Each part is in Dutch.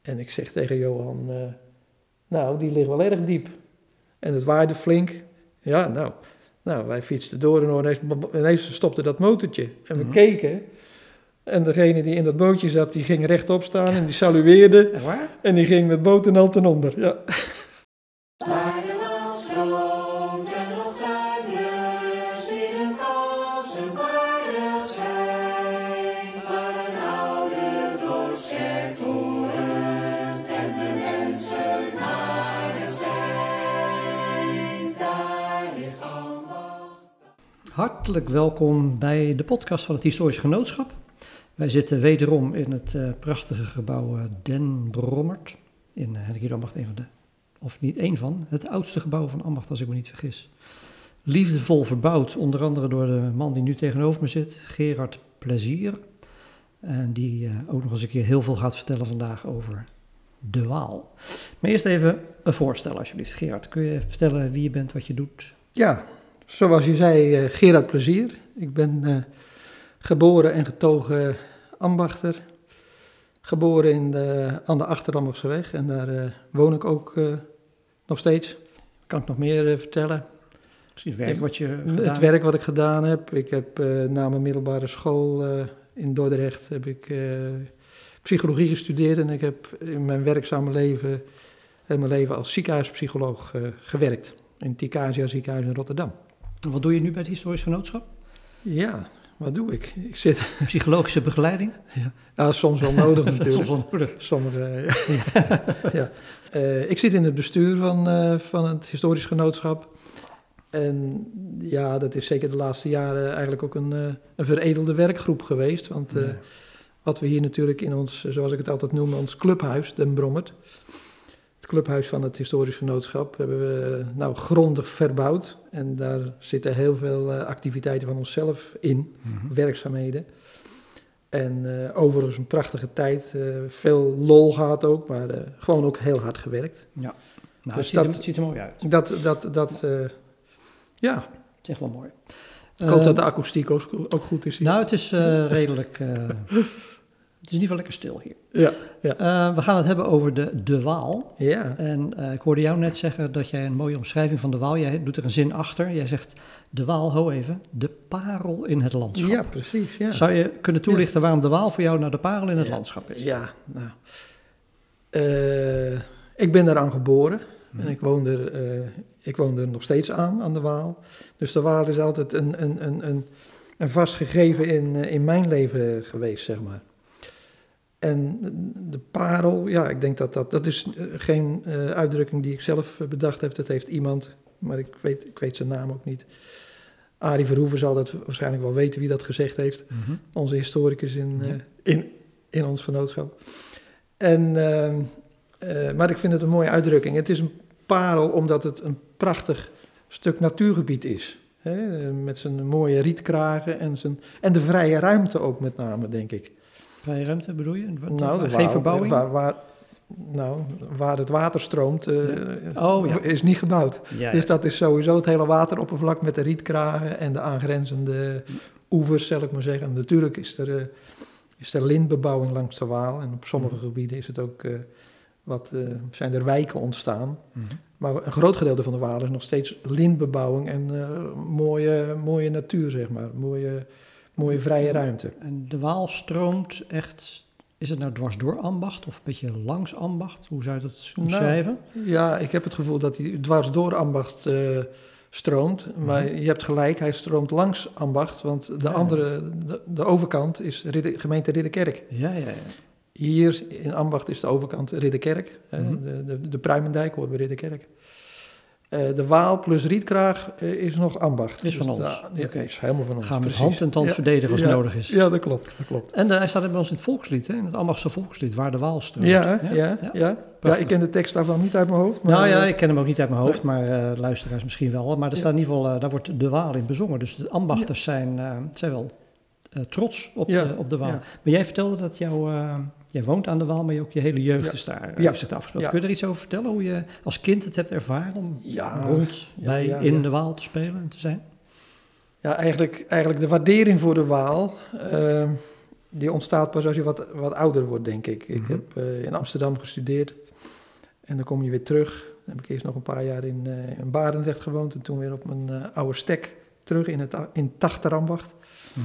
En ik zeg tegen Johan, nou, die ligt wel erg diep. En het waaide flink. Ja, nou wij fietsten door en ineens stopte dat motortje. En we keken. En degene die in dat bootje zat, die ging rechtop staan en die salueerde. Echt waar? En die ging met boot en al ten onder, ja. Waar de wal stroomt en nog tuinders in hun kassen vaardig zijn. Waar een oude dorpskerk torent en de mensen naar het zijn. Daar ligt ambacht. Hartelijk welkom bij de podcast van het Historisch Genootschap. Wij zitten wederom in het prachtige gebouw Den Brommert. In Hendrik Ambacht, het oudste gebouw van Ambacht, als ik me niet vergis. Liefdevol verbouwd, onder andere door de man die nu tegenover me zit, Gerard Plezier. En die ook nog eens een keer heel veel gaat vertellen vandaag over de Waal. Maar eerst even een voorstel alsjeblieft. Gerard, kun je vertellen wie je bent, wat je doet? Ja, zoals je zei, Gerard Plezier. Ik ben geboren en getogen ambachter. Geboren aan de Achterambachtse en daar woon ik ook nog steeds. Kan ik nog meer vertellen? Precies, werk wat je gedaan Het werk wat ik gedaan heb. Ik heb na mijn middelbare school in Dordrecht heb ik psychologie gestudeerd. En ik heb in mijn werkzame leven als ziekenhuispsycholoog gewerkt. In het Ticasia ziekenhuis in Rotterdam. Wat doe je nu bij het Historisch Genootschap? Ja, wat doe ik? Ik zit... Psychologische begeleiding? Ja, soms wel nodig natuurlijk. Soms wel nodig. Sommige, ja. Ik zit in het bestuur van het Historisch Genootschap. En ja, dat is zeker de laatste jaren eigenlijk ook een veredelde werkgroep geweest. Want wat we hier natuurlijk in ons, zoals ik het altijd noem, ons clubhuis, Den Brommert. Het clubhuis van het Historisch Genootschap hebben we grondig verbouwd. En daar zitten heel veel activiteiten van onszelf in, werkzaamheden. En overigens een prachtige tijd, veel lol gehad ook, maar gewoon ook heel hard gewerkt. Ja, nou, dus het ziet er mooi uit. Ja. Het is echt wel mooi. Ik hoop dat de akoestiek ook goed is hier. Nou, het is redelijk... het is in ieder geval lekker stil hier. Ja. We gaan het hebben over de Waal. Ja. En ik hoorde jou net zeggen dat jij een mooie omschrijving van de Waal... Jij doet er een zin achter. Jij zegt, de Waal, ho even, de parel in het landschap. Ja, precies. Ja. Zou je kunnen toelichten waarom de Waal voor jou nou de parel in het landschap is? Ja, nou... ik ben daaraan geboren. En ik woon er nog steeds aan de Waal. Dus de Waal is altijd een vast gegeven in mijn leven geweest, zeg maar. En de parel, ja, ik denk dat is geen uitdrukking die ik zelf bedacht heb. Dat heeft iemand, maar ik weet zijn naam ook niet. Arie Verhoeven zal dat waarschijnlijk wel weten wie dat gezegd heeft. Onze historicus in ons genootschap. Maar ik vind het een mooie uitdrukking. Het is een parel omdat het een prachtig stuk natuurgebied is. Hè? Met zijn mooie rietkragen en de vrije ruimte ook met name, denk ik. Vrije ruimte bedoel je? Geen verbouwing? Waar het water stroomt, is niet gebouwd. Ja, dus dat is sowieso het hele wateroppervlak met de rietkragen en de aangrenzende oevers, zal ik maar zeggen. En natuurlijk is er lintbebouwing langs de Waal en op sommige gebieden is het ook... zijn er wijken ontstaan. Maar een groot gedeelte van de Waal is nog steeds lintbebouwing en mooie natuur, zeg maar. Mooie vrije ruimte. En de Waal stroomt echt... Is het nou dwars door Ambacht of een beetje langs Ambacht? Hoe zou je dat omschrijven? Ja, ik heb het gevoel dat hij dwars door Ambacht stroomt. Maar je hebt gelijk, hij stroomt langs Ambacht. Want de overkant is gemeente Ridderkerk. Ja. Hier in Ambacht is de overkant Ridderkerk. De Pruimendijk hoort bij Ridderkerk. De Waal plus Rietkraag is nog Ambacht. Is van ons. Is helemaal van ons. Gaan we met hand en tand verdedigen als het nodig is. Ja, dat klopt. En hij staat bij ons in het volkslied, hè? In het Ambachtse volkslied, waar de Waal stroomt. Ja, ik ken de tekst daarvan niet uit mijn hoofd. Maar, ik ken hem ook niet uit mijn hoofd, maar luisteraars misschien wel. Maar er staat in ieder geval, daar wordt de Waal in bezongen. Dus de Ambachters zijn wel trots op de Waal. Ja. Maar jij vertelde dat jij woont aan de Waal, maar je ook je hele jeugd is daar heeft zich afgespeeld. Ja. Kun je er iets over vertellen, hoe je als kind het hebt ervaren om in de Waal te spelen en te zijn? Ja, eigenlijk de waardering voor de Waal die ontstaat pas als je wat ouder wordt, denk ik. Ik Mhm. heb in Amsterdam gestudeerd en dan kom je weer terug. Dan heb ik eerst nog een paar jaar in Barendrecht gewoond en toen weer op mijn oude stek terug in Tachterambacht. Mhm.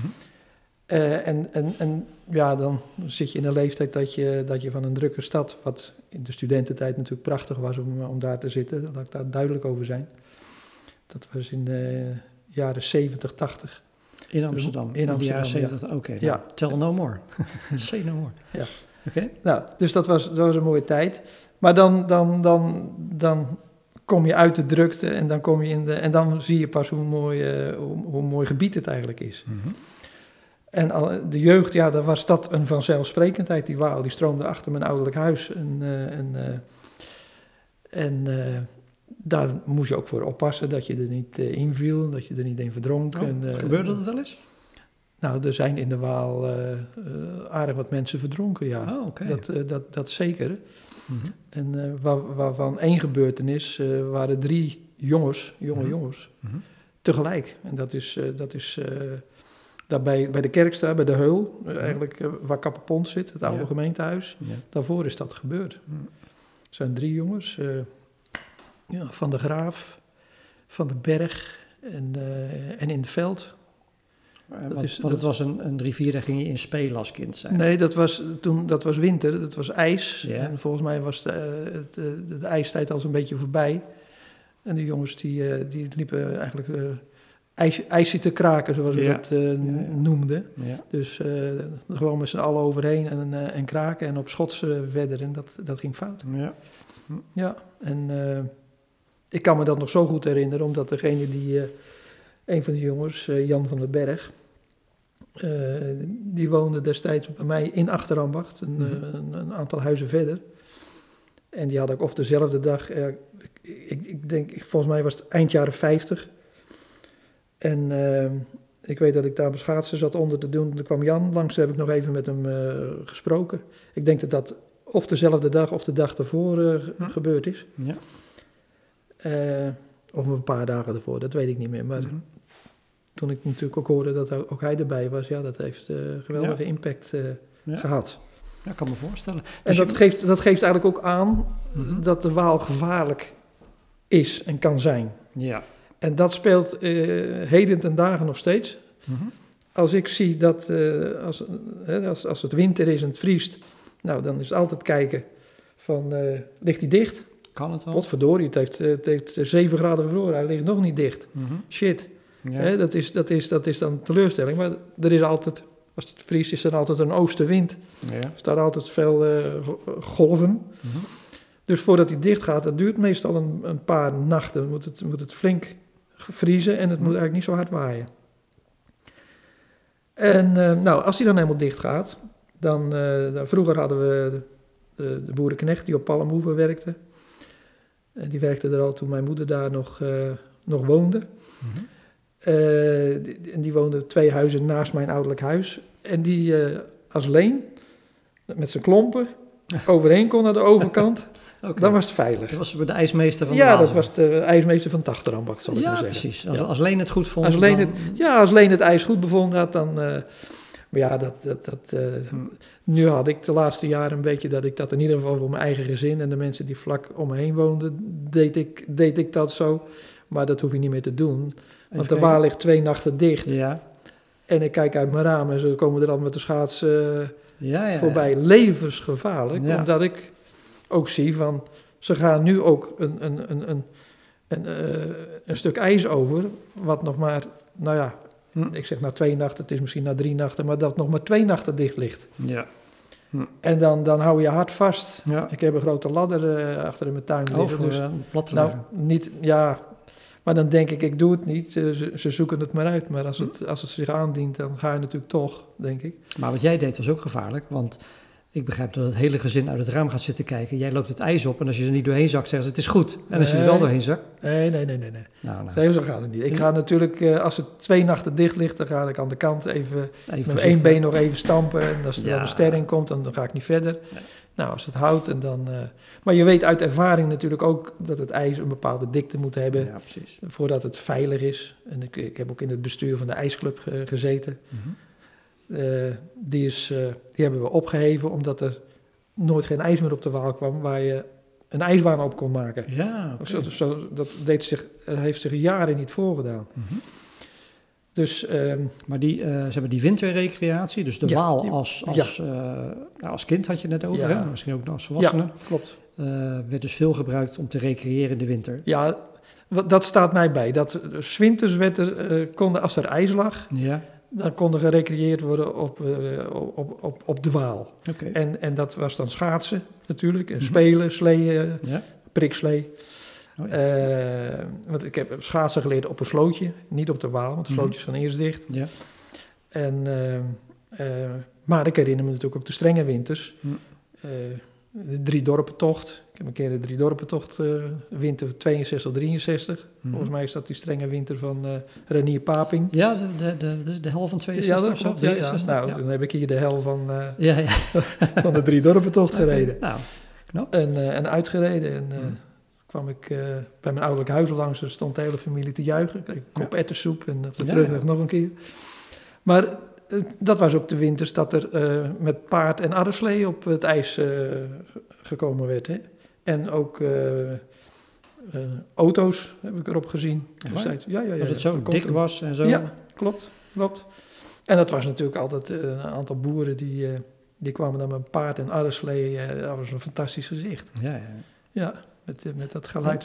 En ja, dan zit je in een leeftijd dat je van een drukke stad, wat in de studententijd natuurlijk prachtig was om daar te zitten, laat ik daar duidelijk over zijn. Dat was in de jaren 70, 80. In Amsterdam. In de Amsterdam, jaren 70. Oké, nou, Ja. tell no more. Say no more. Ja. Oké. Nou, dus dat was een mooie tijd. Maar dan kom je uit de drukte en dan kom je en dan zie je pas hoe mooi gebied het eigenlijk is. Mhm. En de jeugd, ja, dan was dat een vanzelfsprekendheid. Die Waal, die stroomde achter mijn ouderlijk huis. En daar moest je ook voor oppassen dat je er niet inviel, dat je er niet in verdronk. Oh, En, gebeurde dat wel eens? Nou, er zijn in de Waal aardig wat mensen verdronken, ja. Oh, oké. Dat zeker. Mhm. En waarvan één gebeurtenis waren 3 jonge Mhm. jongens, Mhm. tegelijk. En dat is daar bij de Kerkstraat, bij de Heul, eigenlijk waar Kappenpont zit, het oude Ja. gemeentehuis. Ja. Daarvoor is dat gebeurd. Mhm. Er zijn 3 jongens, Van de Graaf, Van de Berg en in het veld. Want het was een rivier, daar ging je in spelen als kind, zei je. Nee, dat was winter, dat was ijs. Ja. En volgens mij was de ijstijd al zo'n beetje voorbij. En de jongens die liepen eigenlijk ijsje te kraken, zoals we Ja. dat noemden. Ja. Dus gewoon met z'n allen overheen en kraken en op schots verder. En dat ging fout. Ja. Ja, en ik kan me dat nog zo goed herinneren, omdat een van die jongens, Jan van den Berg, die woonde destijds bij mij in Achterambacht, een aantal huizen verder. En die had ik of dezelfde dag, ik denk, volgens mij was het eind jaren 50. En ik weet dat ik daar mijn schaatsen zat onder te doen. Toen kwam Jan langs, toen heb ik nog even met hem gesproken. Ik denk dat of dezelfde dag of de dag daarvoor gebeurd is. Ja. Of een paar dagen ervoor, dat weet ik niet meer. Maar Mhm. toen ik natuurlijk ook hoorde dat ook hij erbij was, ja, dat heeft geweldige impact Ja. gehad. Ja, ik kan me voorstellen. En Dus dat geeft eigenlijk ook aan Mhm. dat de Waal gevaarlijk is en kan zijn. Ja. En dat speelt heden ten dagen nog steeds. Mhm. Als ik zie dat als het winter is en het vriest, nou, dan is het altijd kijken van, ligt hij dicht? Kan het wel? Potverdorie, het heeft 7 graden gevroren, hij ligt nog niet dicht. Mhm. Shit. Ja. Dat is dan teleurstelling, maar er is altijd, als het vriest, is er altijd een oostenwind. Ja. Er staan altijd veel golven. Mhm. Dus voordat hij dicht gaat, dat duurt meestal een paar nachten. Dan moet het flink vriezen en het moet eigenlijk niet zo hard waaien. En nou, als hij dan helemaal dicht gaat, dan vroeger hadden we de boerenknecht die op Palmhoeven werkte. En die werkte er al toen mijn moeder daar nog woonde. Mhm. En die woonde 2 huizen naast mijn ouderlijk huis. En die als Leen, met zijn klompen, overheen kon naar de overkant. Oké. Dan was het veilig. Dat was bij de ijsmeester van de Ja, Waal. dat was de ijsmeester van Tachterambacht, zal ik Ja, maar zeggen. precies. Als, Ja. als Leen het goed vond, Als Leen dan... als Leen het ijs goed bevonden had, dan... maar ja, nu had ik de laatste jaren een beetje dat ik dat in ieder geval voor mijn eigen gezin en de mensen die vlak om me heen woonden, deed ik dat zo. Maar dat hoef je niet meer te doen. Want de kijken. Waal ligt 2 nachten dicht. Ja. En ik kijk uit mijn raam en ze komen er dan met de schaats Ja. voorbij. Levensgevaarlijk. Ja. Omdat ik ook zie van, ze gaan nu ook een stuk ijs over, wat nog maar, nou ja, ik zeg na 2 nachten, het is misschien na 3 nachten, maar dat nog maar 2 nachten dicht ligt. Ja. En dan hou je hard vast. Ja. Ik heb een grote ladder achter in mijn tuin liggen. Over Dus, plat te nou, leggen. niet, ja, maar dan denk ik doe het niet. Ze zoeken het maar uit. Maar als het zich aandient, dan ga je natuurlijk toch, denk ik. Maar wat jij deed was ook gevaarlijk, want ik begrijp dat het hele gezin uit het raam gaat zitten kijken. Jij loopt het ijs op en als je er niet doorheen zakt, zeggen ze het is goed. En als je er wel Nee. doorheen zakt... Nee. Nou, Nee, zo gaat het niet. Ik ga natuurlijk, als het 2 nachten dicht ligt, dan ga ik aan de kant even even met voorzichtig. 1 been nog even stampen. En als er Ja. dan een ster in komt, dan ga ik niet verder. Nee. Nou, als het houdt en dan... maar je weet uit ervaring natuurlijk ook dat het ijs een bepaalde dikte moet hebben Ja, precies. voordat het veilig is. En ik heb ook in het bestuur van de ijsclub gezeten. Mhm. Die hebben we opgeheven omdat er nooit geen ijs meer op de Waal kwam waar je een ijsbaan op kon maken. Ja, oké. Dat heeft zich jaren niet voorgedaan. Mhm. Dus Maar ze hebben die winterrecreatie, dus de Ja, Waal als kind had je het net over, Ja. hè? Misschien ook nog als volwassene, ja, klopt. werd dus veel gebruikt om te recreëren in de winter. Ja, dat staat mij bij. Dat 's winters als er ijs lag, Ja, dan kon er gerecreëerd worden op de Waal. oké. En dat was dan schaatsen natuurlijk, en spelen, sleeën, Ja. prikslee. Oh, ja. Want ik heb schaatsen geleerd op een slootje, niet op de Waal, want de slootjes gaan eerst dicht. Ja. Maar ik herinner me natuurlijk ook de strenge winters. Hm. De Driedorpentocht. Ik heb een keer de Driedorpentocht, winter 62, 63. Mhm. Volgens mij is dat die strenge winter van Renier Paping. Ja, de hel van 62 of zo? klopt, ja. 63, Nou, ja. toen heb ik hier de hel van Ja. van de Driedorpentocht Oké, gereden. Nou, knap. En uitgereden. En Mhm. kwam ik bij mijn ouderlijk huis langs. Er stond de hele familie te juichen. Ik kreeg een kop ettensoep en op de Ja, terugweg ja. nog een keer. Maar dat was ook de winters dat er met paard en arreslee op het ijs gekomen werd. Hè? En ook auto's heb ik erop gezien. Echt waar? destijds. Ja. Als het dat zo komt dik er. was en zo. Ja, klopt. En dat was natuurlijk altijd een aantal boeren die kwamen dan met paard en arreslee. Dat was een fantastisch gezicht. Ja. Ja, met dat geluid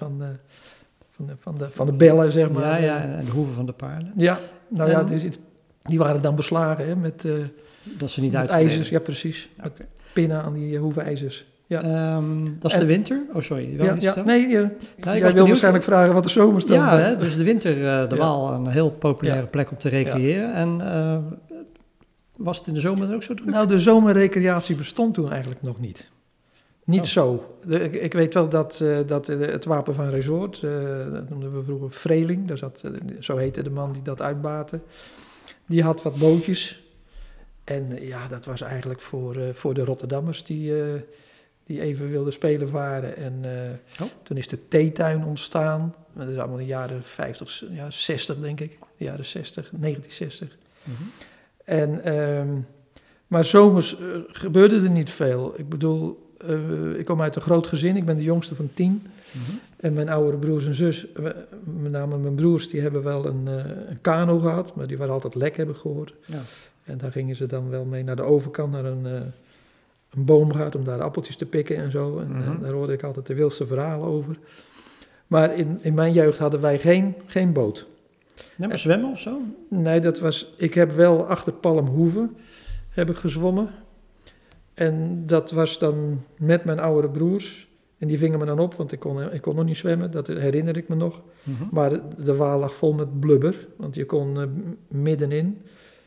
van de bellen, zeg maar. Ja, en de hoeven van de paarden. Ja, nou ja, En- die waren dan beslagen hè, met Dat ze niet met uitgereden. ijzers. Ja, precies. Met Oké. pinnen aan die hoevenijzers. Ja. Dat is de En- winter? Oh, sorry. Je wil iets vertellen? Nee, ik jij was wil benieuwd. waarschijnlijk vragen wat de zomers dan... Ja, hè, dus de winter, de Ja. Waal, een heel populaire Ja. plek om te recreëren. En was het in de zomer dan ook zo druk? Nou, de zomerrecreatie bestond toen eigenlijk nog niet. Niet Oh. zo. Ik weet wel dat het Wapen van Resort, dat noemden we vroeger Vreeling, zo heette de man die dat uitbaatte, die had wat bootjes. En ja, dat was eigenlijk voor de Rotterdammers die even wilden spelen varen. En toen is de theetuin ontstaan. Dat is allemaal in de jaren 50, ja, 60 denk ik. De jaren 60, 1960. Mhm. Maar zomers gebeurde er niet veel. Ik bedoel, ik kom uit een groot gezin. Ik ben de jongste van 10. Mhm. En mijn oudere broers en zus, met name mijn broers, die hebben wel een kano gehad. Maar die waren altijd lek, heb ik gehoord. Ja. En daar gingen ze dan wel mee naar de overkant, naar een boomgaard, om daar appeltjes te pikken en zo. En Mhm. daar hoorde ik altijd de wildste verhalen over. Maar in mijn jeugd hadden wij geen boot. Nee, maar zwemmen of zo? Nee, ik heb wel achter Palmhoeven heb ik gezwommen. En dat was dan met mijn oudere broers. En die vingen me dan op, want ik kon nog niet zwemmen, dat herinner ik me nog. Mhm. Maar de Waal lag vol met blubber, want je kon middenin,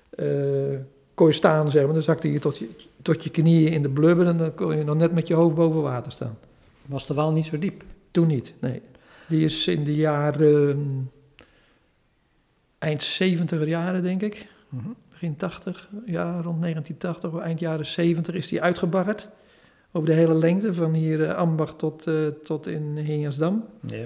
kon je staan, zeg maar. Dan zakte je tot je knieën in de blubber en dan kon je nog net met je hoofd boven water staan. Was de Waal niet zo diep? Toen niet, nee. Die is in de jaren, eind 70er jaren denk ik, Mhm. begin 80, ja, rond 1980 of eind jaren 70 is die uitgebaggerd. Over de hele lengte, van hier Ambach tot in Heersdam. Ja.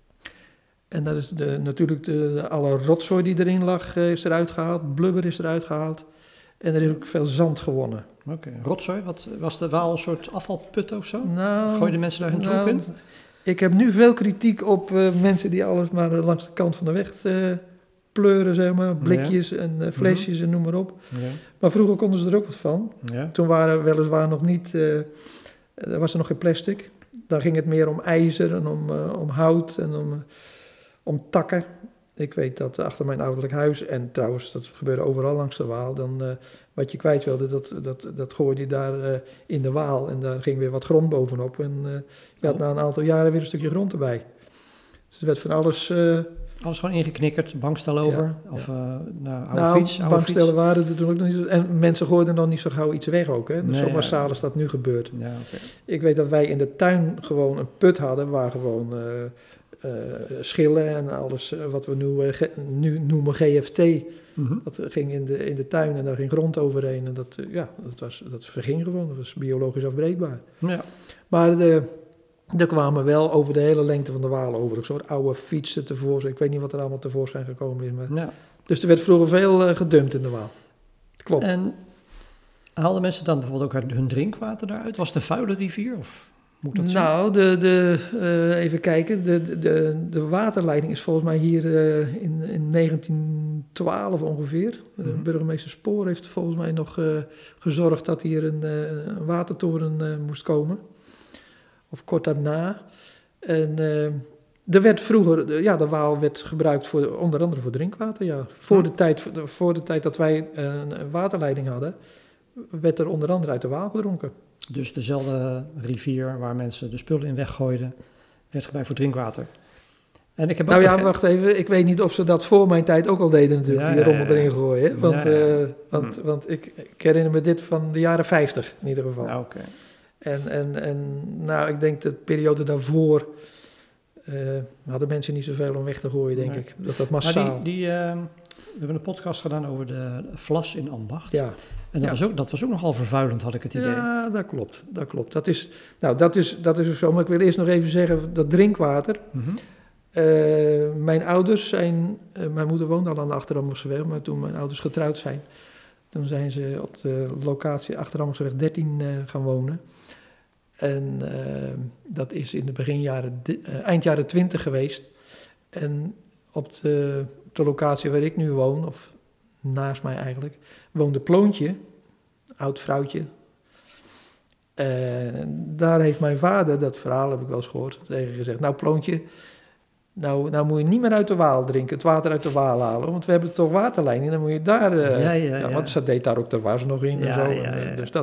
En dat is natuurlijk alle rotzooi die erin lag, is eruit gehaald. Blubber is eruit gehaald. En er is ook veel zand gewonnen. Oké. Rotzooi, wat was de Waal een soort afvalput of zo? Nou, Gooiden mensen daar hun troep in? Ik heb nu veel kritiek op mensen die alles maar langs de kant van de weg pleuren, zeg maar. Blikjes en flesjes en noem maar op. Ja. Maar vroeger konden ze er ook wat van. Ja. Toen waren weliswaar nog niet, er was er nog geen plastic. Dan ging het meer om ijzer en om hout en om takken. Ik weet dat achter mijn ouderlijk huis, en trouwens dat gebeurde overal langs de Waal, dan wat je kwijt wilde, dat gooide je daar in de Waal en daar ging weer wat grond bovenop. En je had na een aantal jaren weer een stukje grond erbij. Dus er werd van alles... Alles gewoon ingeknikkerd, bankstel over? Ja, Of oude nou, fiets? Oude bankstellen fiets. waren er toen ook nog niet zo. En mensen gooiden nog niet zo gauw iets weg ook. Hè? Dus Nee, zo ja. massaal is dat nu gebeurd. Ja, oké. Ik weet dat wij in de tuin gewoon een put hadden waar gewoon schillen en alles wat we nu noemen GFT. Mhm. Dat ging in de tuin en daar ging grond overheen. En dat verging gewoon. Dat was biologisch afbreekbaar. Ja. Maar er kwamen wel over de hele lengte van de Waal over een soort oude fietsen tevoorschijn. Ik weet niet wat er allemaal tevoorschijn gekomen is. Maar... Ja. Dus er werd vroeger veel gedumpt in de Waal. klopt. En haalden mensen dan bijvoorbeeld ook hun drinkwater daaruit? Was het een vuile rivier of moet dat zo? Nou, even kijken. De waterleiding is volgens mij hier in 1912 ongeveer. Burgemeester Spoor heeft volgens mij nog gezorgd dat hier een watertoren moest komen. Of kort daarna. En er werd vroeger, de Waal werd gebruikt onder andere voor drinkwater. Ja. Voor de tijd dat wij een waterleiding hadden, werd er onder andere uit de Waal gedronken. Dus dezelfde rivier waar mensen de spullen in weggooiden, werd gebruikt voor drinkwater. En ik heb ook wacht even. Ik weet niet of ze dat voor mijn tijd ook al deden natuurlijk, die rommel erin gooien. Want ik herinner me dit van de jaren 50 in ieder geval. Okay. En ik denk de periode daarvoor hadden mensen niet zoveel om weg te gooien, denk ik. Dat massaal. Maar we hebben een podcast gedaan over de Vlas in Ambacht. Ja. En dat was ook nogal vervuilend, had ik het idee. Ja, dat klopt. Dat is ook zo. Maar ik wil eerst nog even zeggen, dat drinkwater. Mm-hmm. Mijn moeder woonde al aan de Achterammerseweg, maar toen mijn ouders getrouwd zijn, toen zijn ze op de locatie Achterammerseweg 13 gaan wonen. En dat is in de eind jaren 20 geweest. En op de locatie waar ik nu woon, of naast mij eigenlijk, woonde Ploontje, oud vrouwtje. Daar heeft mijn vader, dat verhaal heb ik wel eens gehoord, tegen gezegd: nou Ploontje, nou moet je niet meer uit de Waal drinken, het water uit de Waal halen, want we hebben toch waterleiding, dan moet je daar... Want ze deed daar ook de was nog in en zo. Ja. Dus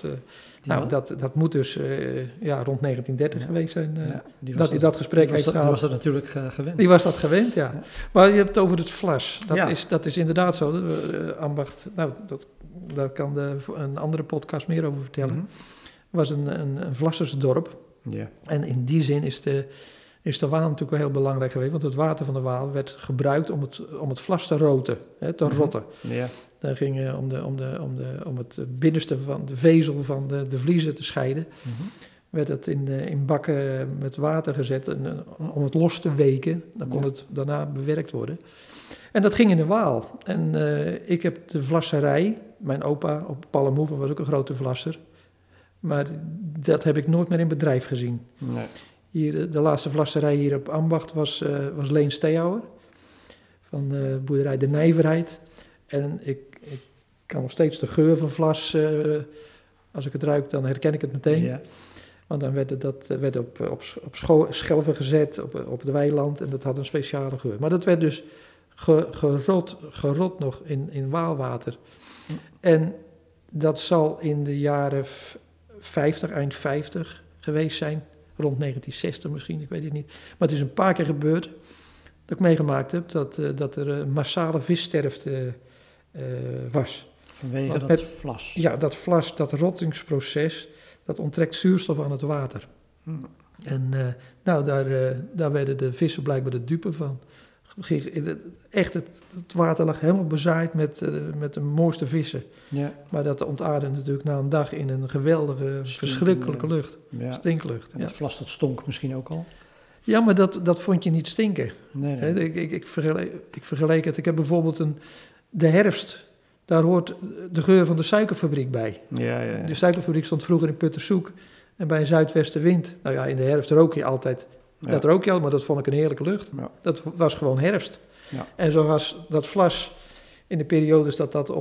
dat moet dus rond 1930 geweest zijn, dat hij dat gesprek heeft gehad. Die was dat natuurlijk gewend. Die was dat gewend, ja. Maar je hebt het over het Vlas. Dat is inderdaad zo. Ambacht, daar kan een andere podcast meer over vertellen. Mm-hmm. Was een Vlassersdorp. Ja. En in die zin is de Waal natuurlijk wel heel belangrijk geweest, want het water van de Waal werd gebruikt om het Vlas te roten, te rotten. Ja. Daar ging om het binnenste van de vezel van de vliezen te scheiden. Mm-hmm. Werd het in bakken met water gezet om het los te weken. Dan kon het daarna bewerkt worden. En dat ging in de Waal. En ik heb de vlasserij, mijn opa op Pallemoeven was ook een grote vlasser. Maar dat heb ik nooit meer in bedrijf gezien. Nee. Hier, de laatste vlasserij hier op Ambacht was Leen Steehouwer. Van boerderij De Nijverheid. En ik kan nog steeds de geur van vlas, als ik het ruik, dan herken ik het meteen. Ja. Want dan werd op schelven gezet, op het weiland, en dat had een speciale geur. Maar dat werd dus gerot nog in Waalwater. Ja. En dat zal in de jaren 50, eind 50 geweest zijn, rond 1960 misschien, ik weet het niet. Maar het is een paar keer gebeurd dat ik meegemaakt heb dat er een massale vissterfte was. Vanwege dat vlas? Ja, dat vlas, dat rottingsproces, dat onttrekt zuurstof aan het water. En daar werden de vissen blijkbaar de dupe van. Echt, het water lag helemaal bezaaid met de mooiste vissen. Ja. Maar dat ontaarde natuurlijk na een dag in een geweldige, verschrikkelijke lucht. Ja. Stinklucht. En dat vlas dat stonk misschien ook al? Ja, maar dat vond je niet stinken. Nee. Ik vergeleek het. Ik heb bijvoorbeeld de herfst. Daar hoort de geur van de suikerfabriek bij. Ja. De suikerfabriek stond vroeger in Puttershoek. En bij een zuidwestenwind. Nou ja, in de herfst rook je altijd. Ja. Dat rook je al, maar dat vond ik een heerlijke lucht. Ja. Dat was gewoon herfst. Ja. En zo was dat vlas in de periodes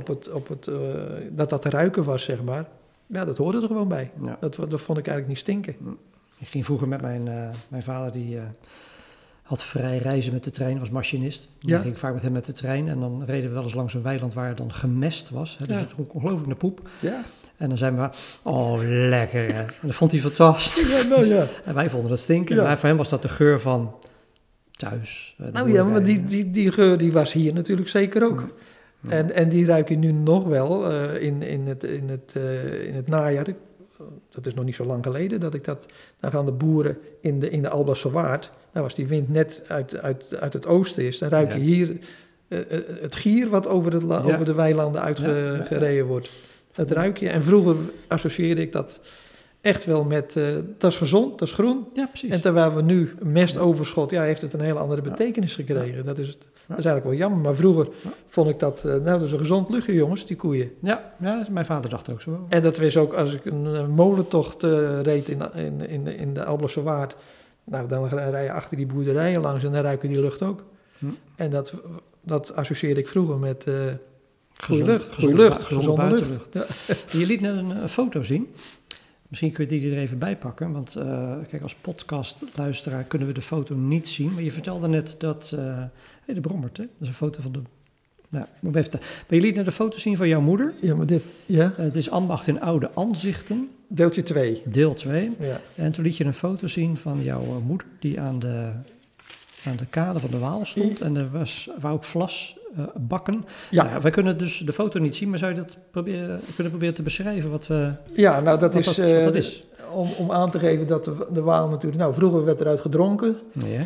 dat te ruiken was, zeg maar. Ja, dat hoorde er gewoon bij. Ja. Dat vond ik eigenlijk niet stinken. Ik ging vroeger met mijn vader, die had vrij reizen met de trein, was machinist. Ja. Ik ging vaak met hem met de trein en dan reden we wel eens langs een weiland waar dan gemest was. Hè, dus het dronk ongelooflijk naar poep. Ja. En dan zeiden we, oh lekker. Hè. En dat vond hij fantastisch. Ja. En wij vonden dat stinken. Ja. Maar voor hem was dat de geur van thuis. Maar die geur die was hier natuurlijk zeker ook. Ja. En die ruik je nu nog wel in het najaar. Dat is nog niet zo lang geleden dat ik dat... Dan gaan de boeren in de Alblasse Waard... Nou, als die wind net uit het oosten is... dan ruik je hier het gier wat over de weilanden uitgereden wordt. Dat ruik je. En vroeger associeerde ik dat echt wel met... dat is gezond, dat is groen. Ja, precies. En terwijl we nu mestoverschot... heeft het een hele andere betekenis gekregen. Ja. Dat is het. Dat is eigenlijk wel jammer. Maar vroeger vond ik dat, dat is een gezond luchtje, jongens, die koeien. Ja, mijn vader dacht ook zo. En dat was ook als ik een molentocht reed in de Alblasse Waard. Nou, dan rij je achter die boerderijen langs en dan ruik je die lucht ook. En dat associeerde ik vroeger met goede lucht, gezonde lucht. Ja. Je liet net een foto zien. Misschien kun je die er even bij pakken. Want kijk, als podcastluisteraar kunnen we de foto niet zien. Maar je vertelde net dat... de Brommert, hè? Dat is een foto van de... Nou, maar je liet net een foto zien van jouw moeder. Ja, maar dit... Ja? Het is Ambacht in Oude Anzichten. Deeltje 2. Deel 2. Ja. En toen liet je een foto zien van jouw moeder... die aan de kade van de Waal stond. En er waren ook vlasbakken. Ja. Nou ja, wij kunnen dus de foto niet zien... maar zou je dat kunnen proberen te beschrijven wat dat is? Om aan te geven dat de Waal natuurlijk... Nou, vroeger werd eruit gedronken. Ja.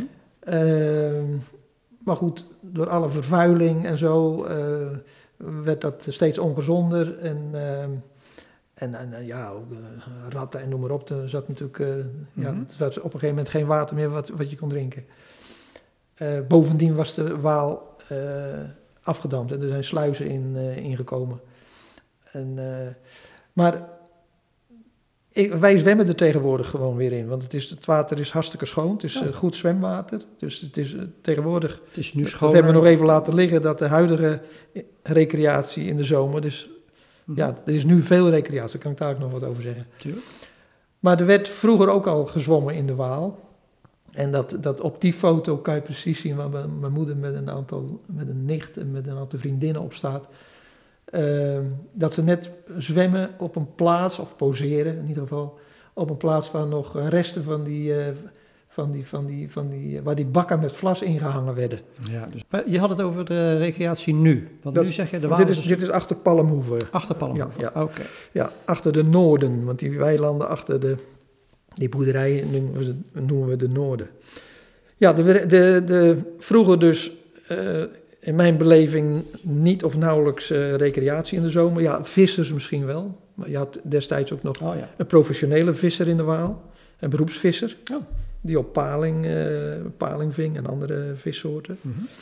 Maar goed, door alle vervuiling en zo werd dat steeds ongezonder. En ook ratten en noem maar op. Er zat natuurlijk het was op een gegeven moment geen water meer wat je kon drinken. Bovendien was de Waal afgedamd en er zijn sluizen ingekomen. Maar wij zwemmen er tegenwoordig gewoon weer in, want het water is hartstikke schoon. Het is goed zwemwater, dus het is tegenwoordig... Het is nu schoner. Dat hebben we nog even laten liggen, dat de huidige recreatie in de zomer... Dus er is nu veel recreatie, daar kan ik daar ook nog wat over zeggen. Tuurlijk. Maar er werd vroeger ook al gezwommen in de Waal. En dat op die foto kan je precies zien waar mijn moeder met een nicht en met een aantal vriendinnen op staat... dat ze net zwemmen op een plaats, of poseren in ieder geval, op een plaats waar nog resten waar die bakken met vlas ingehangen werden. Ja, dus, je had het over de recreatie nu, want nu zeg je de Waal... Dit is achter Palmhoeve. Achter Palmhoeve, ja. Oké. Ja, achter de Noorden, want die weilanden achter die boerderijen noemen we de Noorden. Ja, vroeger dus... in mijn beleving niet of nauwelijks recreatie in de zomer. Ja, vissers misschien wel. Maar je had destijds ook nog een professionele visser in de Waal. Een beroepsvisser. Oh. Die op paling ving en andere vissoorten.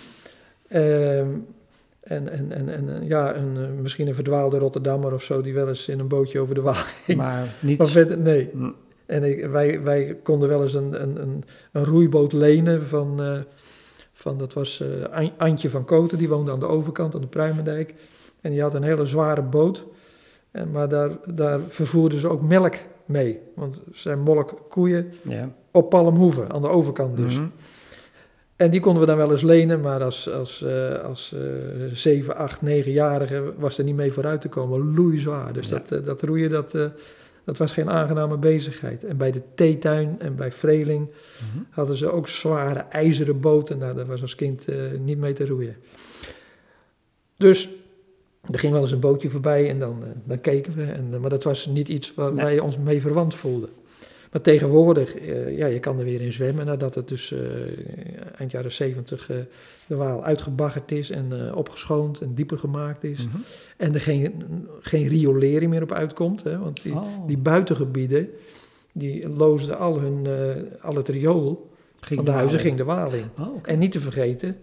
Misschien een verdwaalde Rotterdammer of zo... die wel eens in een bootje over de Waal ging. Maar niet... Maar verder, nee. En wij konden wel eens een roeiboot lenen van dat was Antje van Koten, die woonde aan de overkant, aan de Pruimendijk. En die had een hele zware boot. Maar daar vervoerden ze ook melk mee. Want ze zijn molkkoeien op Palmhoeve, aan de overkant dus. En die konden we dan wel eens lenen, maar als 7, 8, 9-jarige was er niet mee vooruit te komen. Loeizwaar. Dus dat roeien, dat was geen aangename bezigheid. En bij de theetuin en bij Vreeling hadden ze ook zware ijzeren boten. Nou, daar was als kind niet mee te roeien. Dus er ging wel eens een bootje voorbij en dan keken we. Maar dat was niet iets waar wij ons mee verwant voelden. Maar tegenwoordig, je kan er weer in zwemmen nadat het dus eind jaren 70 de Waal uitgebaggerd is en opgeschoond en dieper gemaakt is. En er geen riolering meer op uitkomt, hè, want die buitengebieden, die loosden al het riool van de huizen ging de Waal in. En niet te vergeten,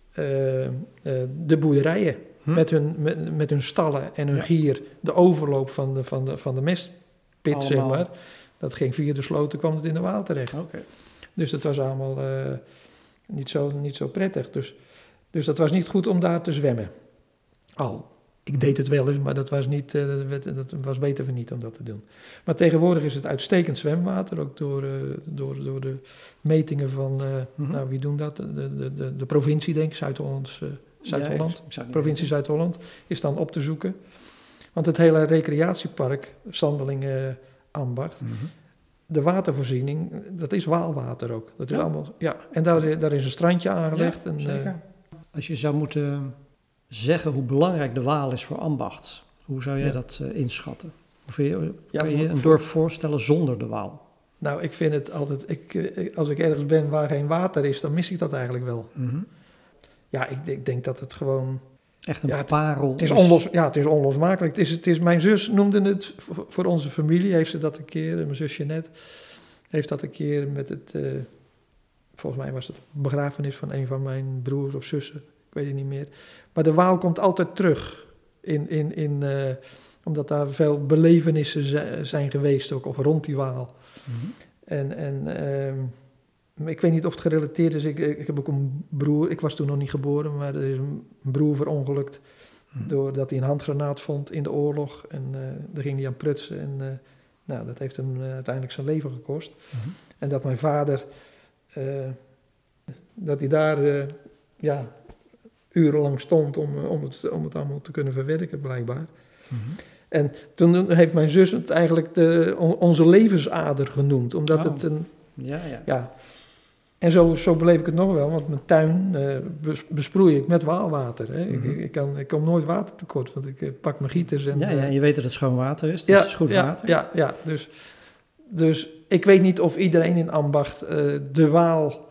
de boerderijen met hun stallen en hun gier, de overloop van de mestpit, zeg maar. Dat ging via de sloten, kwam het in de Waal terecht. Dus dat was allemaal niet zo prettig. Dus dat was niet goed om daar te zwemmen. Ik deed het wel eens, maar dat was beter van niet om dat te doen. Maar tegenwoordig is het uitstekend zwemwater, ook door de metingen van, wie doen dat? De provincie, denk ik, Zuid-Holland. Provincie Zuid-Holland is dan op te zoeken. Want het hele recreatiepark, Sandelingen, Ambacht, de watervoorziening, dat is Waalwater ook. Dat is allemaal, en daar is een strandje aangelegd. Ja, zeker. Als je zou moeten zeggen hoe belangrijk de Waal is voor Ambacht, hoe zou jij dat inschatten? Of kun je een dorp voorstellen zonder de Waal? Nou, ik vind het altijd, als ik ergens ben waar geen water is, dan mis ik dat eigenlijk wel. Ja, ik denk dat het gewoon... Echt een parel. Het is onlosmakelijk. Mijn zus noemde het, voor onze familie heeft ze dat een keer, mijn zusje net, heeft dat een keer met het, volgens mij was het een begrafenis van een van mijn broers of zussen, ik weet het niet meer. Maar de Waal komt altijd terug, omdat daar veel belevenissen zijn geweest ook, of rond die Waal. Ik weet niet of het gerelateerd is. Ik heb ook een broer, ik was toen nog niet geboren, maar er is een broer verongelukt doordat hij een handgranaat vond in de oorlog. En daar ging hij aan prutsen en dat heeft hem uiteindelijk zijn leven gekost. En dat mijn vader, dat hij daar urenlang stond om het allemaal te kunnen verwerken, blijkbaar. En toen heeft mijn zus het eigenlijk onze levensader genoemd, omdat het een... Ja. En zo beleef ik het nog wel, want mijn tuin besproei ik met waalwater. Hè. Ik kom nooit water tekort, want ik pak mijn gieters. En, je weet dat het schoon water is, dus het is goed water. Ja. Dus ik weet niet of iedereen in ambacht de Waal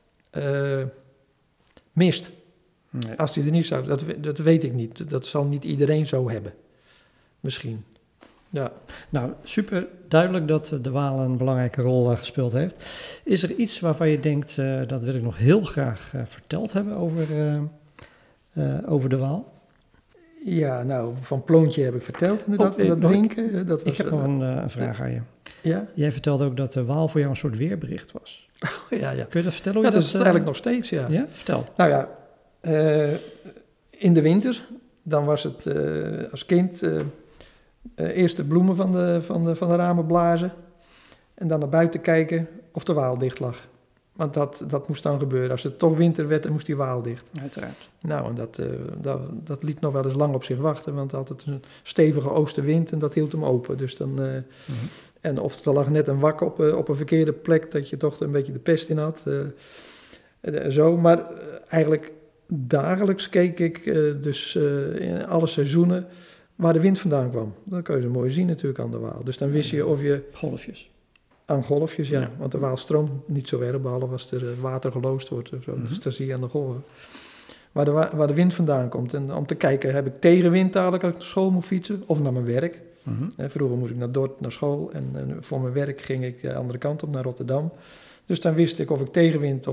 mist. Nee. Als die er niet zou, dat weet ik niet. Dat zal niet iedereen zo hebben. Misschien. Ja. Nou, super duidelijk dat de Waal een belangrijke rol gespeeld heeft. Is er iets waarvan je denkt, dat wil ik nog heel graag verteld hebben over de Waal? Ja, nou, van Ploontje heb ik verteld inderdaad, van dat drinken. Ik heb nog een vraag aan je. Ja? Jij vertelde ook dat de Waal voor jou een soort weerbericht was. Ja. Kun je dat vertellen? Hoe dat is het eigenlijk nog steeds, ja. Ja, vertel. Nou ja, in de winter, dan was het als kind... eerst de bloemen van de ramen blazen en dan naar buiten kijken of de Waal dicht lag. Want dat moest dan gebeuren. Als het toch winter werd, dan moest die Waal dicht. Uiteraard. Nou, en dat liet nog wel eens lang op zich wachten, want altijd een stevige oostenwind en dat hield hem open. Dus dan, en of er lag net een wak op een verkeerde plek, dat je toch een beetje de pest in had. Zo, maar eigenlijk dagelijks keek ik dus in alle seizoenen waar de wind vandaan kwam. Dat kun je zo mooi zien natuurlijk aan de Waal. Dus dan wist je of je... Golfjes. Aan golfjes, ja. Want de Waal stroomt niet zo erg, behalve als er water geloosd wordt. Of zo. Dus dat zie je aan de golven. Waar de wind vandaan komt. En om te kijken, heb ik tegenwind dadelijk als ik naar school moet fietsen? Of naar mijn werk? Vroeger moest ik naar Dordt naar school. En voor mijn werk ging ik de andere kant op, naar Rotterdam. Dus dan wist ik of ik tegenwind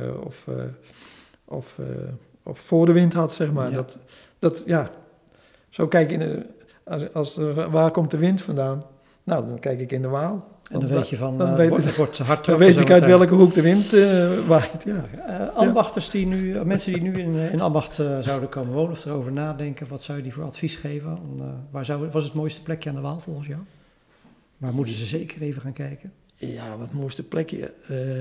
of voor de wind had, zeg maar. Ja. Zo kijk je, waar komt de wind vandaan? Nou, dan kijk ik in de Waal. En dan weet je van, het wordt hard. Dan weet ik uit welke hoek de wind waait. Ja. Ambachters mensen die nu in ambacht zouden komen wonen of erover nadenken, wat zou je die voor advies geven? Wat is het mooiste plekje aan de Waal volgens jou? Waar moeten ze zeker even gaan kijken? Ja, wat mooiste plekje?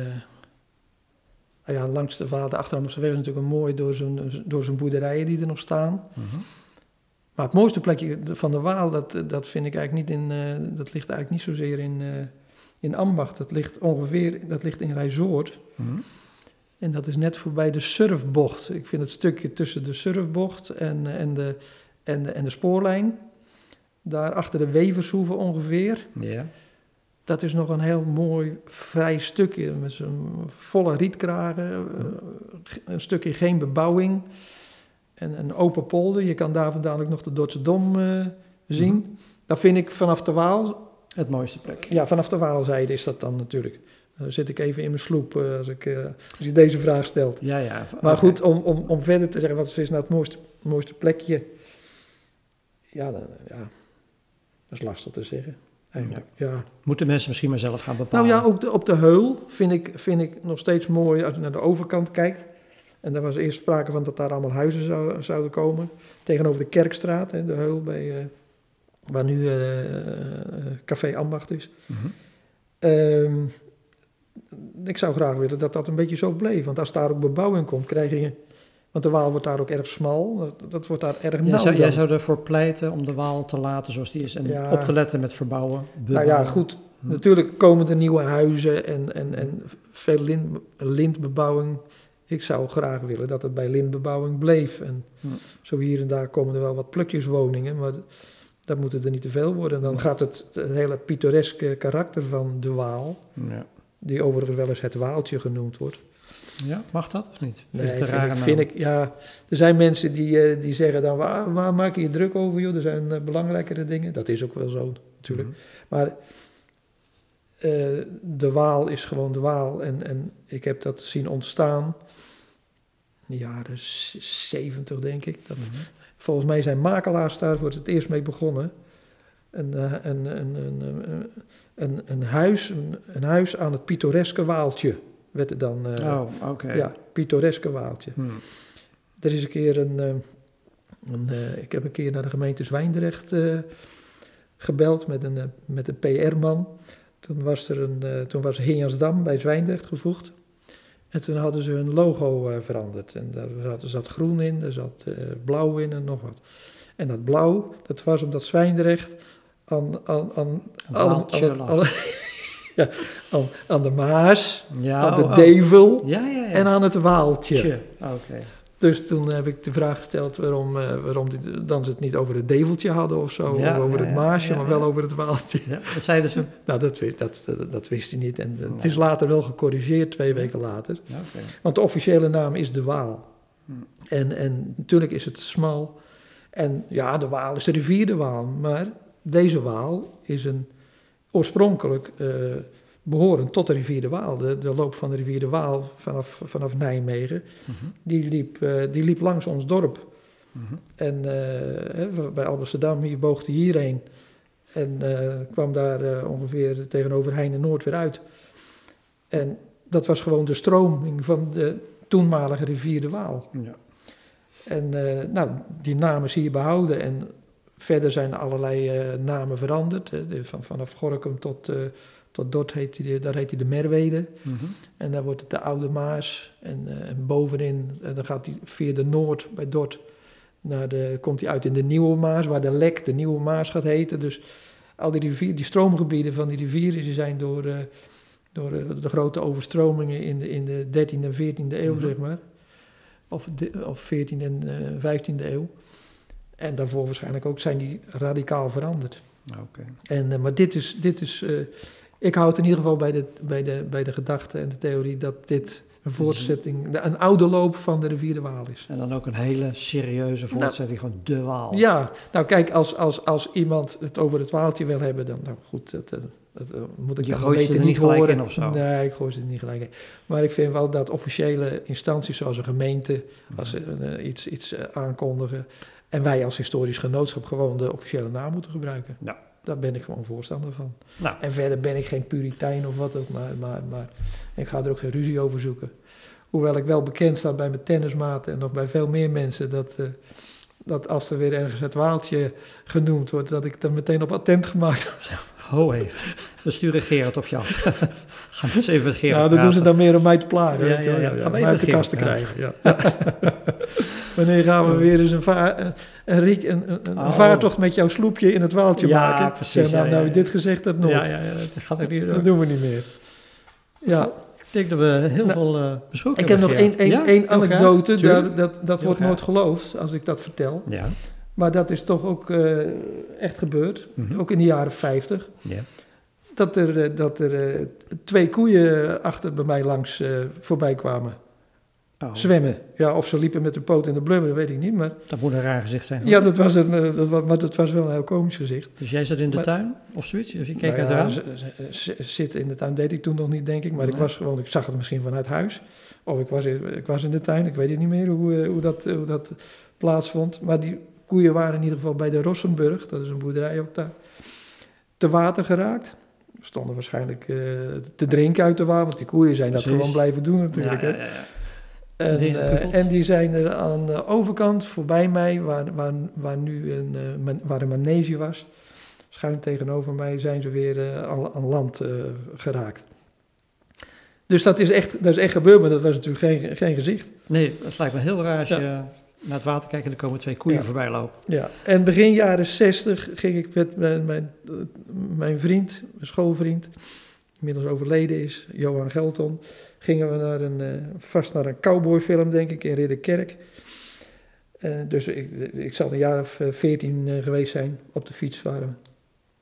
Langs de Waal, de Achteramsterdamse weg is natuurlijk mooi door zijn boerderijen die er nog staan. Maar het mooiste plekje van de Waal, dat vind ik eigenlijk niet dat ligt eigenlijk niet zozeer in ambacht. Dat ligt in Rijsoord. En dat is net voorbij de surfbocht. Ik vind het stukje tussen de surfbocht en de spoorlijn, daar achter de Wevershoeve ongeveer. Ja. Dat is nog een heel mooi vrij stukje met zo'n volle rietkragen, een stukje geen bebouwing. En een open polder, je kan daar dadelijk nog de Dordtse Dom zien. Dat vind ik vanaf de Waal... Het mooiste plek. Ja, vanaf de Waalzijde is dat dan natuurlijk. Dan zit ik even in mijn sloep als je deze vraag stelt. Ja. Maar goed, om verder te zeggen, wat is nou het mooiste plekje? Ja, dat is lastig te zeggen. Eigenlijk, ja. Moeten mensen misschien maar zelf gaan bepalen? Nou ja, ook op de Heul vind ik nog steeds mooi als je naar de overkant kijkt. En daar was eerst sprake van dat daar allemaal huizen zouden komen. Tegenover de Kerkstraat, de Heul, waar nu Café Ambacht is. Ik zou graag willen dat dat een beetje zo bleef. Want als daar ook bebouwing komt, krijg je... Want de Waal wordt daar ook erg smal. Dat wordt daar erg nauw. Jij zou ervoor pleiten om de Waal te laten zoals die is. En op te letten met verbouwen. Nou ja, goed. Natuurlijk komen er nieuwe huizen en veel lintbebouwing... Ik zou graag willen dat het bij lintbebouwing bleef. En zo hier en daar komen er wel wat plukjeswoningen, maar dat moeten er niet te veel worden. En dan gaat het hele pittoreske karakter van de Waal, die overigens wel eens het Waaltje genoemd wordt. Ja, mag dat of niet? Nee, vind ik, er zijn mensen die zeggen dan, waar maak je je druk over, joh? Er zijn belangrijkere dingen. Dat is ook wel zo, natuurlijk. Maar de Waal is gewoon de Waal en ik heb dat zien ontstaan... de jaren 70, denk ik. Volgens mij zijn makelaars daar voor het eerst mee begonnen. Een huis aan het pittoreske Waaltje werd het dan. Oké. Ja, pittoreske Waaltje. Er is een keer ik heb een keer naar de gemeente Zwijndrecht gebeld met een PR-man. Toen was Hinjansdam bij Zwijndrecht gevoegd. En toen hadden ze hun logo veranderd. En daar zat groen in, er zat blauw in en nog wat. En dat blauw, dat was omdat Zwijndrecht aan de Maas, aan de Devel en aan het Waaltje. Okay. Dus toen heb ik de vraag gesteld waarom die dan ze het niet over het Develtje hadden of zo, of over het Maasje, maar wel over het Waaltje. Ja, wat zeiden ze? Nou, dat wist hij niet. En het is later wel gecorrigeerd, 2 weken later. Okay. Want de officiële naam is de Waal. En natuurlijk is het smal. En ja, de Waal is de rivier de Waal. Maar deze Waal is oorspronkelijk behorend tot de rivier de Waal. De loop van de rivier de Waal vanaf Nijmegen, die liep langs ons dorp. En bij Alblasserdam, hier boog hij hierheen. En kwam daar ongeveer tegenover Heine-Noord weer uit. En dat was gewoon de stroming van de toenmalige rivier de Waal. Ja. En die namen zie je behouden. En verder zijn allerlei namen veranderd. Vanaf Gorinchem tot Dort heet hij de Merwede. En daar wordt het de Oude Maas. En bovenin, en dan gaat hij via de Noord bij Dort. Komt hij uit in de Nieuwe Maas, waar de Lek de Nieuwe Maas gaat heten. Dus al die stroomgebieden van die rivieren, die zijn door de grote overstromingen in de 13e en 14e eeuw, zeg maar. Of 14e en 15e eeuw. En daarvoor waarschijnlijk ook zijn die radicaal veranderd. Okay. Maar dit is ik houd in ieder geval bij de gedachte en de theorie dat dit een voortzetting, een oude loop van de rivier de Waal is. En dan ook een hele serieuze voortzetting, gewoon de Waal. Ja, nou kijk, als iemand het over het Waaltje wil hebben, dan nou goed, dat moet ik je dan weten niet horen. In of zo. Nee, ik gooi ze er niet gelijk in. Maar ik vind wel dat officiële instanties zoals een gemeente, als ze iets aankondigen, en wij als historisch genootschap gewoon de officiële naam moeten gebruiken. Ja. Daar ben ik gewoon voorstander van. Nou. En verder ben ik geen puritein of wat ook, maar ik ga er ook geen ruzie over zoeken. Hoewel ik wel bekend sta bij mijn tennismaten en nog bij veel meer mensen, dat als er weer ergens het Waaltje genoemd wordt, dat ik dan meteen op attent gemaakt heb. Ho even, we sturen Gerard op je af. Ga eens even met Gerard Nou, dat doen ze dan meer om mij te plagen. Ja. Ga mij uit de kast te krijgen. Ja. Wanneer gaan we weer eens een vaartocht met jouw sloepje in het Waaltje maken? Precies. Nou, je dit gezegd hebt, nooit. Dat gaat ook niet doen. Dat doen we niet meer. Ja. Ik denk dat we heel veel besproken hebben. Ik heb nog één anekdote, dat wordt graag. Nooit geloofd als ik dat vertel. Ja. Maar dat is toch ook echt gebeurd, ook in de jaren 50. Ja. Dat er 2 koeien achter bij mij langs voorbij kwamen. Oh. Zwemmen. Ja, of ze liepen met de poot in de blubber, dat weet ik niet. Maar dat moet een raar gezicht zijn. Ja, dat was wel een heel komisch gezicht. Dus jij zat in de tuin of zoiets? Of je keek uit het raam? Zitten in de tuin deed ik toen nog niet, denk ik. Maar ik zag het misschien vanuit huis. Of ik was in de tuin, ik weet het niet meer hoe dat plaatsvond. Maar die koeien waren in ieder geval bij de Rossenburg, dat is een boerderij ook daar, te water geraakt. We stonden waarschijnlijk te drinken uit de water, want die koeien zijn dat gewoon blijven doen natuurlijk. Ja. En die zijn er aan de overkant voorbij mij, waar nu waar een manege was, schuin tegenover mij, zijn ze weer aan land geraakt. Dus dat is echt gebeurd, maar dat was natuurlijk geen gezicht. Nee, dat lijkt me heel raar als je naar het water kijkt en er komen 2 koeien voorbij lopen. Ja, en begin jaren 60 ging ik met mijn vriend, mijn schoolvriend, inmiddels overleden is, Johan Gelton, gingen we vast naar een cowboyfilm, denk ik, in Ridderkerk. Dus ik zal een jaar of 14 geweest zijn, op de fiets waren we.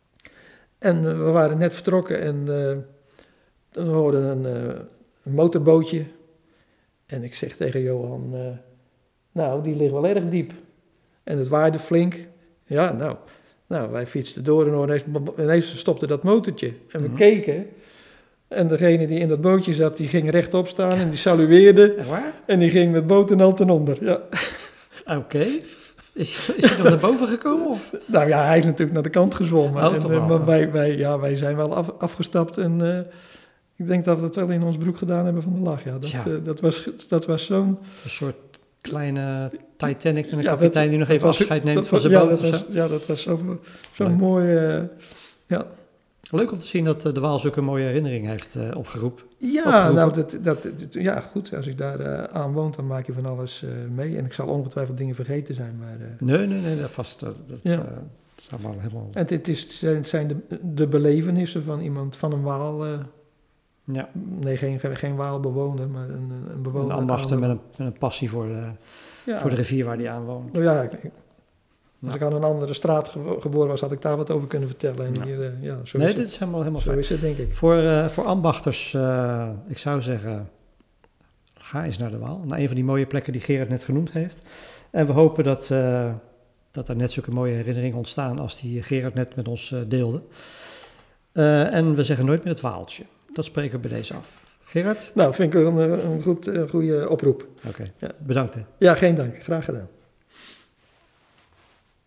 En we waren net vertrokken en we hoorden een motorbootje. En ik zeg tegen Johan, nou, die ligt wel erg diep. En het waaide flink. Ja, nou wij fietsten door en ineens stopte dat motortje. En we keken, En degene die in dat bootje zat, die ging rechtop staan en die salueerde. Echt waar? En die ging met boot en al ten onder, ja. Oké. Is hij nog naar boven gekomen? Of? Nou ja, hij is natuurlijk naar de kant gezwommen. Oh, toch wel. Maar wij zijn wel afgestapt en ik denk dat we het wel in ons broek gedaan hebben van de lach. Ja, dat was zo'n... Een soort kleine Titanic met een Ja, kapitein die nog even afscheid neemt van zijn boot. Dat was zo'n mooi... ja. Leuk om te zien dat de Waal zulke mooie herinneringen heeft opgeroepen. Ja, nou, ja, goed. Als ik daar aan woont, dan maak je van alles mee. En ik zal ongetwijfeld dingen vergeten zijn. Maar, Nee, dat vast. Dat is allemaal helemaal... En het zijn de belevenissen van iemand, van een Waal. Ja. Nee, geen Waalbewoner, maar een bewoner. Een ambachter met een passie voor de rivier waar hij aan woont. Nou ja, als ik aan een andere straat geboren was, had ik daar wat over kunnen vertellen. En hier, zo nee, is dit het. is helemaal Zo fijn. is het, denk ik. Voor ambachters, ik zou zeggen, ga eens naar de Waal. Naar een van die mooie plekken die Gerard net genoemd heeft. En we hopen dat er net zulke mooie herinneringen ontstaan als die Gerard net met ons deelde. En we zeggen nooit meer het Waaltje. Dat spreken we bij deze af. Gerard? Nou, vind ik een goede oproep. Oké, bedankt hè. Ja, geen dank. Graag gedaan.